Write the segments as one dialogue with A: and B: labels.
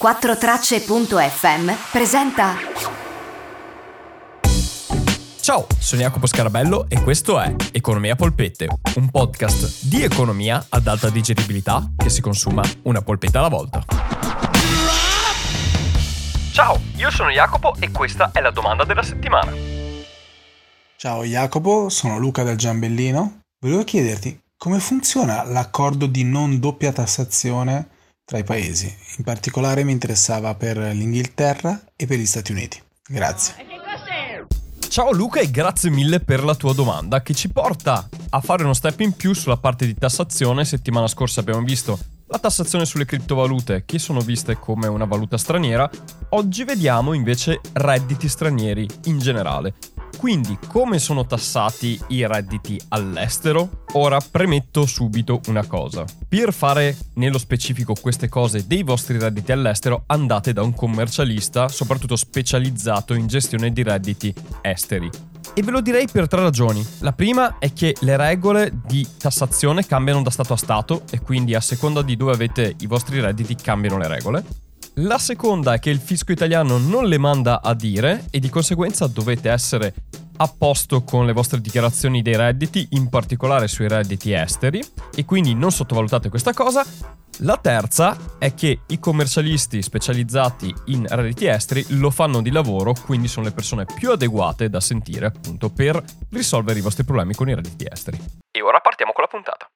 A: 4tracce.fm presenta.
B: Ciao, sono Jacopo Scarabello e questo è Economia Polpette, un podcast di economia ad alta digeribilità che si consuma una polpetta alla volta. Ciao, io sono Jacopo e questa è la domanda della settimana.
C: Ciao Jacopo, sono Luca del Giambellino. Volevo chiederti come funziona l'accordo di non doppia tassazione tra i paesi. In particolare mi interessava per l'Inghilterra e per gli Stati Uniti. Grazie.
B: Ciao Luca e grazie mille per la tua domanda che ci porta a fare uno step in più sulla parte di tassazione. Settimana scorsa abbiamo visto la tassazione sulle criptovalute che sono viste come una valuta straniera. Oggi vediamo invece redditi stranieri in generale. Quindi come sono tassati i redditi all'estero? Ora premetto subito una cosa. Per fare nello specifico queste cose dei vostri redditi all'estero andate da un commercialista, soprattutto specializzato in gestione di redditi esteri. E ve lo direi per tre ragioni. La prima è che le regole di tassazione cambiano da stato a stato e quindi a seconda di dove avete i vostri redditi cambiano le regole. La seconda è che il fisco italiano non le manda a dire e di conseguenza dovete essere a posto con le vostre dichiarazioni dei redditi, in particolare sui redditi esteri, e quindi non sottovalutate questa cosa. La terza è che i commercialisti specializzati in redditi esteri lo fanno di lavoro, quindi sono le persone più adeguate da sentire appunto per risolvere i vostri problemi con i redditi esteri. E ora partiamo con la puntata.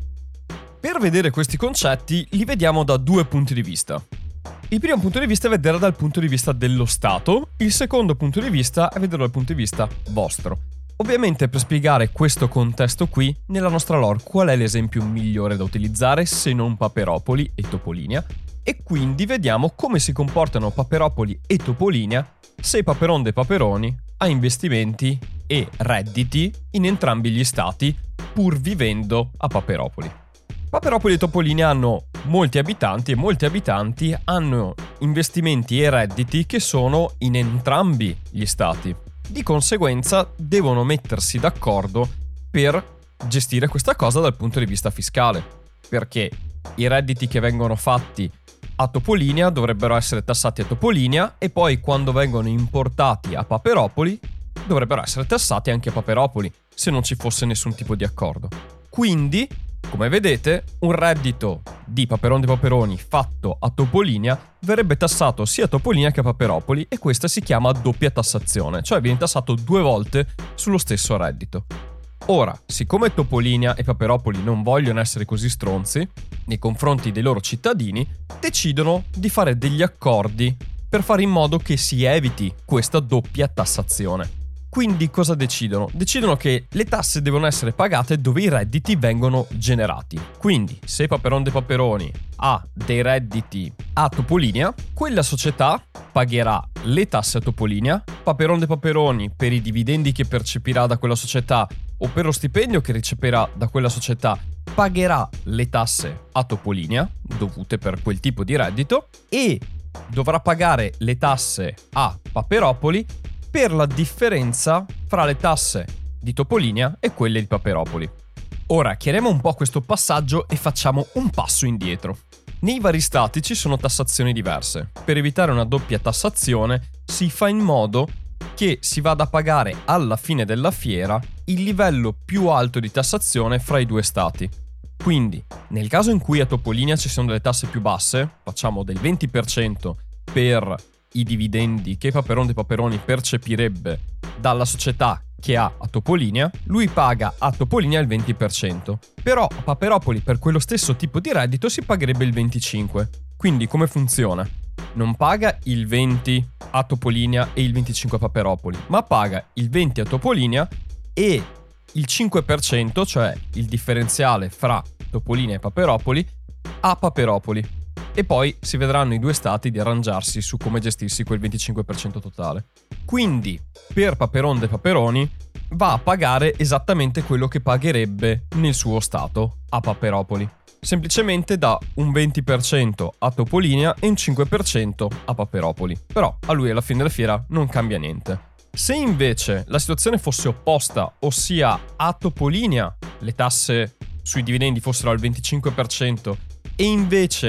B: Per vedere questi concetti li vediamo da due punti di vista. Il primo punto di vista è vedere dal punto di vista dello Stato, il secondo punto di vista è vedere dal punto di vista vostro. Ovviamente per spiegare questo contesto qui, nella nostra lore qual è l'esempio migliore da utilizzare se non Paperopoli e Topolinia? E quindi vediamo come si comportano Paperopoli e Topolinia se Paperon de Paperoni ha investimenti e redditi in entrambi gli stati pur vivendo a Paperopoli. Paperopoli e Topolinia hanno molti abitanti e molti abitanti hanno investimenti e redditi che sono in entrambi gli stati. Di conseguenza devono mettersi d'accordo per gestire questa cosa dal punto di vista fiscale, perché i redditi che vengono fatti a Topolinia dovrebbero essere tassati a Topolinia e poi quando vengono importati a Paperopoli dovrebbero essere tassati anche a Paperopoli se non ci fosse nessun tipo di accordo. Quindi, come vedete, un reddito di Paperon de Paperoni fatto a Topolinia verrebbe tassato sia a Topolinia che a Paperopoli e questa si chiama doppia tassazione, cioè viene tassato due volte sullo stesso reddito. Ora, siccome Topolinia e Paperopoli non vogliono essere così stronzi nei confronti dei loro cittadini, decidono di fare degli accordi per fare in modo che si eviti questa doppia tassazione. Quindi cosa decidono? Decidono che le tasse devono essere pagate dove i redditi vengono generati. Quindi, se Paperon de Paperoni ha dei redditi a Topolinia, quella società pagherà le tasse a Topolinia, Paperon de Paperoni per i dividendi che percepirà da quella società o per lo stipendio che riceverà da quella società pagherà le tasse a Topolinia, dovute per quel tipo di reddito, e dovrà pagare le tasse a Paperopoli per la differenza fra le tasse di Topolinia e quelle di Paperopoli. Ora chiariamo un po' questo passaggio e facciamo un passo indietro. Nei vari stati ci sono tassazioni diverse. Per evitare una doppia tassazione si fa in modo che si vada a pagare alla fine della fiera il livello più alto di tassazione fra i due stati. Quindi, nel caso in cui a Topolinia ci sono delle tasse più basse, facciamo del 20% per i dividendi che Paperon de Paperoni percepirebbe dalla società che ha a Topolinia, lui paga a Topolinia il 20%, però a Paperopoli per quello stesso tipo di reddito si pagherebbe il 25%. Quindi come funziona? Non paga il 20% a Topolinia e il 25% a Paperopoli, ma paga il 20% a Topolinia e il 5%, cioè il differenziale fra Topolinia e Paperopoli, a Paperopoli. E poi si vedranno i due stati di arrangiarsi su come gestirsi quel 25% totale. Quindi, per Paperon de Paperoni, va a pagare esattamente quello che pagherebbe nel suo stato a Paperopoli. Semplicemente dà un 20% a Topolinia e un 5% a Paperopoli. Però a lui alla fine della fiera non cambia niente. Se invece la situazione fosse opposta, ossia a Topolinia le tasse sui dividendi fossero al 25% e invece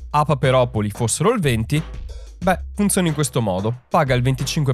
B: a Paperopoli fossero il 20%, beh, funziona in questo modo. Paga il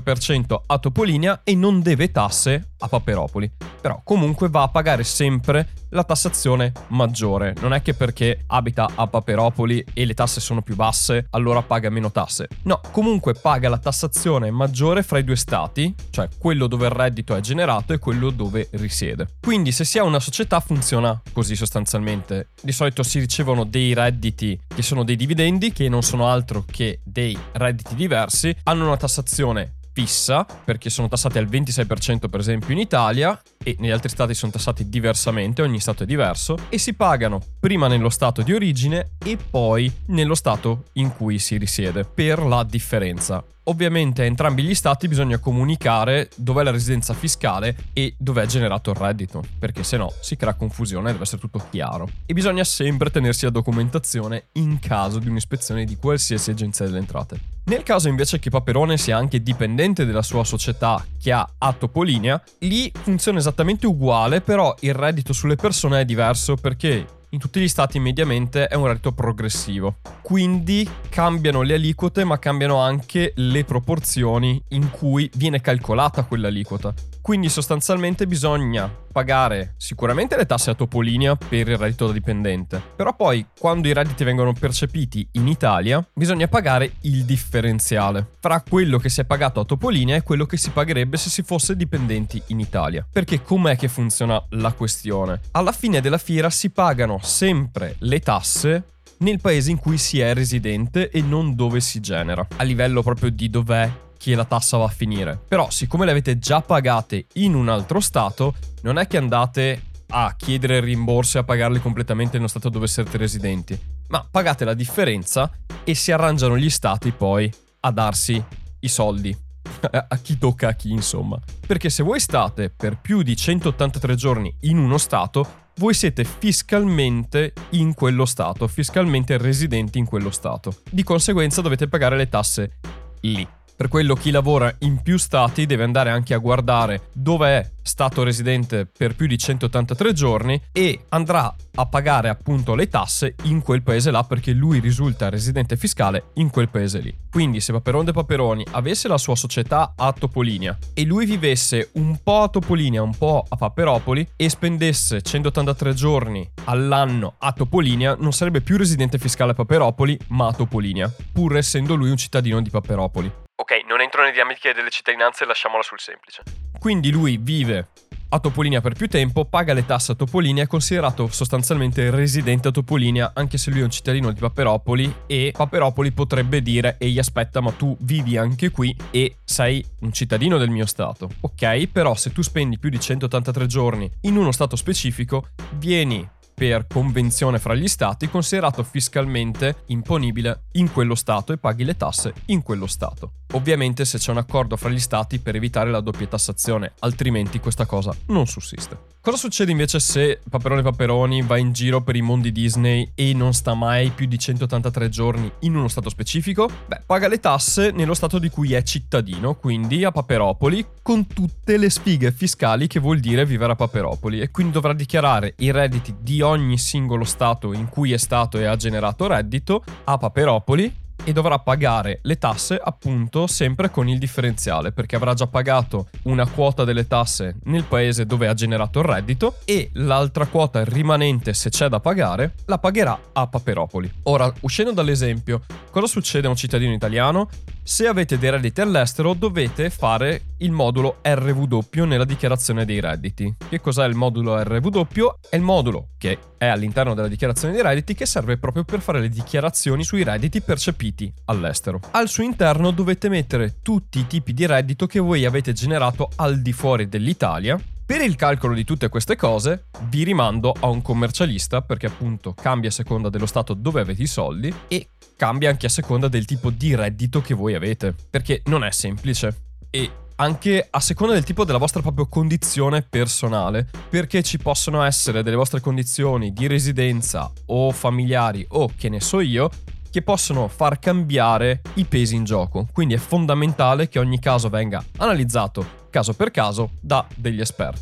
B: 25% a Topolinia e non deve tasse a Paperopoli. Però comunque va a pagare sempre la tassazione maggiore. Non è che perché abita a Paperopoli e le tasse sono più basse, allora paga meno tasse. No, comunque paga la tassazione maggiore fra i due stati, cioè quello dove il reddito è generato e quello dove risiede. Quindi se si ha una società funziona così sostanzialmente. Di solito si ricevono dei redditi che sono dei dividendi, che non sono altro che dei redditi diversi, hanno una tassazione fissa, perché sono tassati al 26% per esempio in Italia, e negli altri stati sono tassati diversamente, ogni stato è diverso, e si pagano prima nello stato di origine e poi nello stato in cui si risiede, per la differenza. Ovviamente a entrambi gli stati bisogna comunicare dov'è la residenza fiscale e dov'è generato il reddito, perché se no si crea confusione, deve essere tutto chiaro. E bisogna sempre tenersi la documentazione in caso di un'ispezione di qualsiasi agenzia delle entrate. Nel caso invece che Paperone sia anche dipendente della sua società che ha a Topolinia, lì funziona esattamente uguale, però il reddito sulle persone è diverso perché in tutti gli stati mediamente è un reddito progressivo. Quindi cambiano le aliquote, ma cambiano anche le proporzioni in cui viene calcolata quell'aliquota. Quindi sostanzialmente bisogna pagare sicuramente le tasse a Topolinia per il reddito da dipendente, però poi quando i redditi vengono percepiti in Italia bisogna pagare il differenziale fra quello che si è pagato a Topolinia e quello che si pagherebbe se si fosse dipendenti in Italia. Perché com'è che funziona la questione? Alla fine della fiera si pagano sempre le tasse nel paese in cui si è residente e non dove si genera, a livello proprio di dov'è che la tassa va a finire. Però siccome le avete già pagate in un altro stato, non è che andate a chiedere il rimborso e a pagarle completamente nello stato dove siete residenti, ma pagate la differenza e si arrangiano gli stati poi a darsi i soldi a chi tocca a chi, insomma. Perché se voi state per più di 183 giorni in uno stato, voi siete fiscalmente in quello stato, fiscalmente residenti in quello stato. Di conseguenza dovete pagare le tasse lì. Per quello chi lavora in più stati deve andare anche a guardare dove è stato residente per più di 183 giorni e andrà a pagare appunto le tasse in quel paese là, perché lui risulta residente fiscale in quel paese lì. Quindi se Paperon de Paperoni avesse la sua società a Topolinia e lui vivesse un po' a Topolinia, un po' a Paperopoli e spendesse 183 giorni all'anno a Topolinia, non sarebbe più residente fiscale a Paperopoli ma a Topolinia, pur essendo lui un cittadino di Paperopoli.
D: Ok, non entro nei dinamiche delle cittadinanze, lasciamola sul semplice.
B: Quindi lui vive a Topolinia per più tempo, paga le tasse a Topolinia, è considerato sostanzialmente residente a Topolinia, anche se lui è un cittadino di Paperopoli, e Paperopoli potrebbe dire: ehi, aspetta, ma tu vivi anche qui e sei un cittadino del mio stato. Ok, però se tu spendi più di 183 giorni in uno stato specifico, vieni per convenzione fra gli stati considerato fiscalmente imponibile in quello stato e paghi le tasse in quello stato. Ovviamente se c'è un accordo fra gli stati per evitare la doppia tassazione, altrimenti questa cosa non sussiste. Cosa succede invece se Paperone Paperoni va in giro per i mondi Disney e non sta mai più di 183 giorni in uno stato specifico? Beh, paga le tasse nello stato di cui è cittadino, quindi a Paperopoli, con tutte le sfighe fiscali che vuol dire vivere a Paperopoli, e quindi dovrà dichiarare i redditi di ogni singolo stato in cui è stato e ha generato reddito a Paperopoli, e dovrà pagare le tasse appunto sempre con il differenziale, perché avrà già pagato una quota delle tasse nel paese dove ha generato il reddito e l'altra quota rimanente, se c'è da pagare, la pagherà a Paperopoli. Ora, uscendo dall'esempio, cosa succede a un cittadino italiano? Se avete dei redditi all'estero dovete fare il modulo RW nella dichiarazione dei redditi. Che cos'è il modulo RW? È il modulo che è all'interno della dichiarazione dei redditi che serve proprio per fare le dichiarazioni sui redditi percepiti all'estero. Al suo interno dovete mettere tutti i tipi di reddito che voi avete generato al di fuori dell'Italia. Per il calcolo di tutte queste cose vi rimando a un commercialista, perché appunto cambia a seconda dello stato dove avete i soldi e cambia anche a seconda del tipo di reddito che voi avete, perché non è semplice, e anche a seconda del tipo della vostra proprio condizione personale, perché ci possono essere delle vostre condizioni di residenza o familiari o che ne so io che possono far cambiare i pesi in gioco. Quindi è fondamentale che ogni caso venga analizzato caso per caso da degli esperti.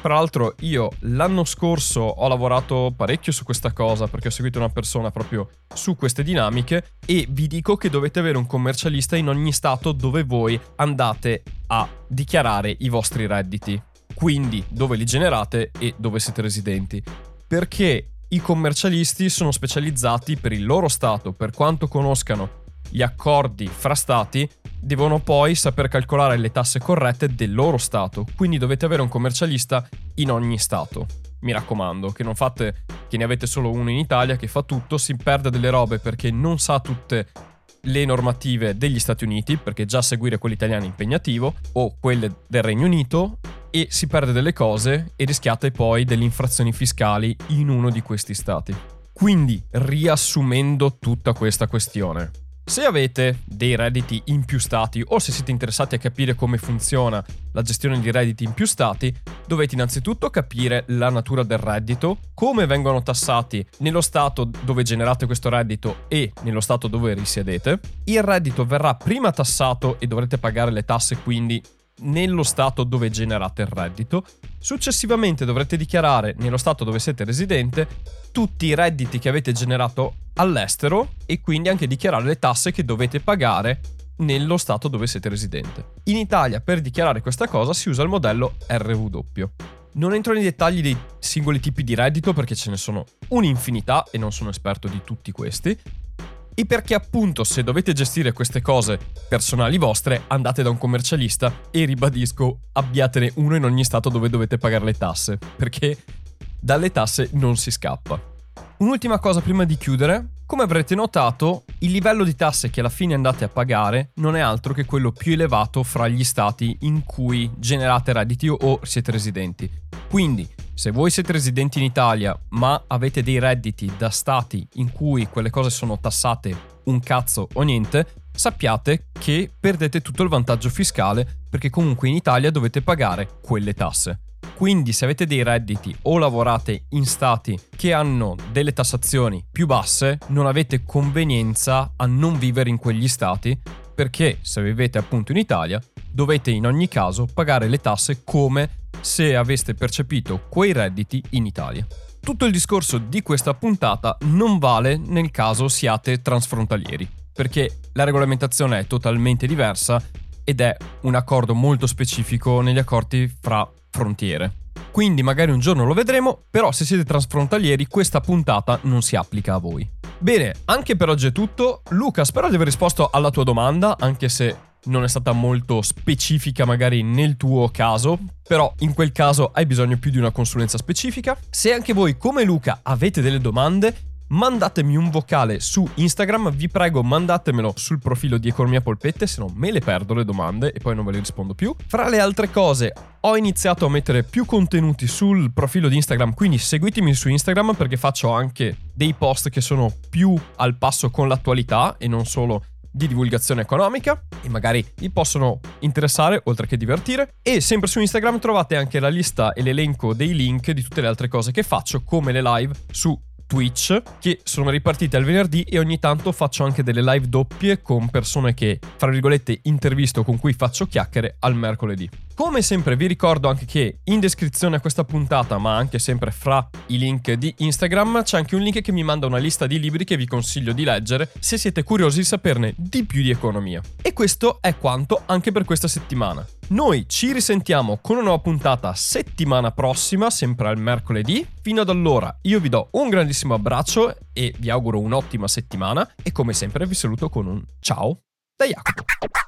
B: Tra l'altro io l'anno scorso ho lavorato parecchio su questa cosa perché ho seguito una persona proprio su queste dinamiche e vi dico che dovete avere un commercialista in ogni stato dove voi andate a dichiarare i vostri redditi, quindi dove li generate e dove siete residenti, perché i commercialisti sono specializzati per il loro stato, per quanto conoscano gli accordi fra stati, devono poi saper calcolare le tasse corrette del loro stato, quindi dovete avere un commercialista in ogni stato. Mi raccomando, che non fate che ne avete solo uno in Italia che fa tutto, si perde delle robe perché non sa tutte le normative degli Stati Uniti, perché già seguire quelle italiane è impegnativo, o quelle del Regno Unito, e si perde delle cose e rischiate poi delle infrazioni fiscali in uno di questi stati. Quindi, riassumendo tutta questa questione, se avete dei redditi in più stati o se siete interessati a capire come funziona la gestione di redditi in più stati, dovete innanzitutto capire la natura del reddito, come vengono tassati nello stato dove generate questo reddito e nello stato dove risiedete. Il reddito verrà prima tassato e dovrete pagare le tasse quindi nello stato dove generate il reddito. Successivamente dovrete dichiarare nello stato dove siete residente tutti i redditi che avete generato all'estero e quindi anche dichiarare le tasse che dovete pagare nello stato dove siete residente. In Italia per dichiarare questa cosa si usa il modello RW. Non entro nei dettagli dei singoli tipi di reddito perché ce ne sono un'infinità e non sono esperto di tutti questi, e perché appunto se dovete gestire queste cose personali vostre andate da un commercialista e ribadisco abbiatene uno in ogni stato dove dovete pagare le tasse, perché dalle tasse non si scappa. Un'ultima cosa prima di chiudere: come avrete notato, il livello di tasse che alla fine andate a pagare non è altro che quello più elevato fra gli stati in cui generate redditi o siete residenti. Quindi, se voi siete residenti in Italia ma avete dei redditi da stati in cui quelle cose sono tassate un cazzo o niente, sappiate che perdete tutto il vantaggio fiscale perché comunque in Italia dovete pagare quelle tasse. Quindi se avete dei redditi o lavorate in stati che hanno delle tassazioni più basse, non avete convenienza a non vivere in quegli stati, perché se vivete appunto in Italia dovete in ogni caso pagare le tasse come se aveste percepito quei redditi in Italia. Tutto il discorso di questa puntata non vale nel caso siate transfrontalieri, perché la regolamentazione è totalmente diversa ed è un accordo molto specifico negli accordi fra frontiere. Quindi magari un giorno lo vedremo, però se siete transfrontalieri questa puntata non si applica a voi. Bene, anche per oggi è tutto. Luca, spero di aver risposto alla tua domanda, anche se non è stata molto specifica magari nel tuo caso, però in quel caso hai bisogno più di una consulenza specifica. Se anche voi come Luca avete delle domande, mandatemi un vocale su Instagram, vi prego mandatemelo sul profilo di Economia Polpette, se no me le perdo le domande e poi non ve le rispondo più. Fra le altre cose ho iniziato a mettere più contenuti sul profilo di Instagram, quindi seguitemi su Instagram perché faccio anche dei post che sono più al passo con l'attualità e non solo di divulgazione economica e magari vi possono interessare oltre che divertire. E sempre su Instagram trovate anche la lista e l'elenco dei link di tutte le altre cose che faccio, come le live su Twitch che sono ripartite al venerdì e ogni tanto faccio anche delle live doppie con persone che, fra virgolette, intervisto, con cui faccio chiacchiere al mercoledì. Come sempre vi ricordo anche che in descrizione a questa puntata, ma anche sempre fra i link di Instagram, c'è anche un link che mi manda una lista di libri che vi consiglio di leggere se siete curiosi di saperne di più di economia. E questo è quanto anche per questa settimana. Noi ci risentiamo con una nuova puntata settimana prossima, sempre al mercoledì. Fino ad allora io vi do un grandissimo abbraccio e vi auguro un'ottima settimana e come sempre vi saluto con un ciao da Jacopo.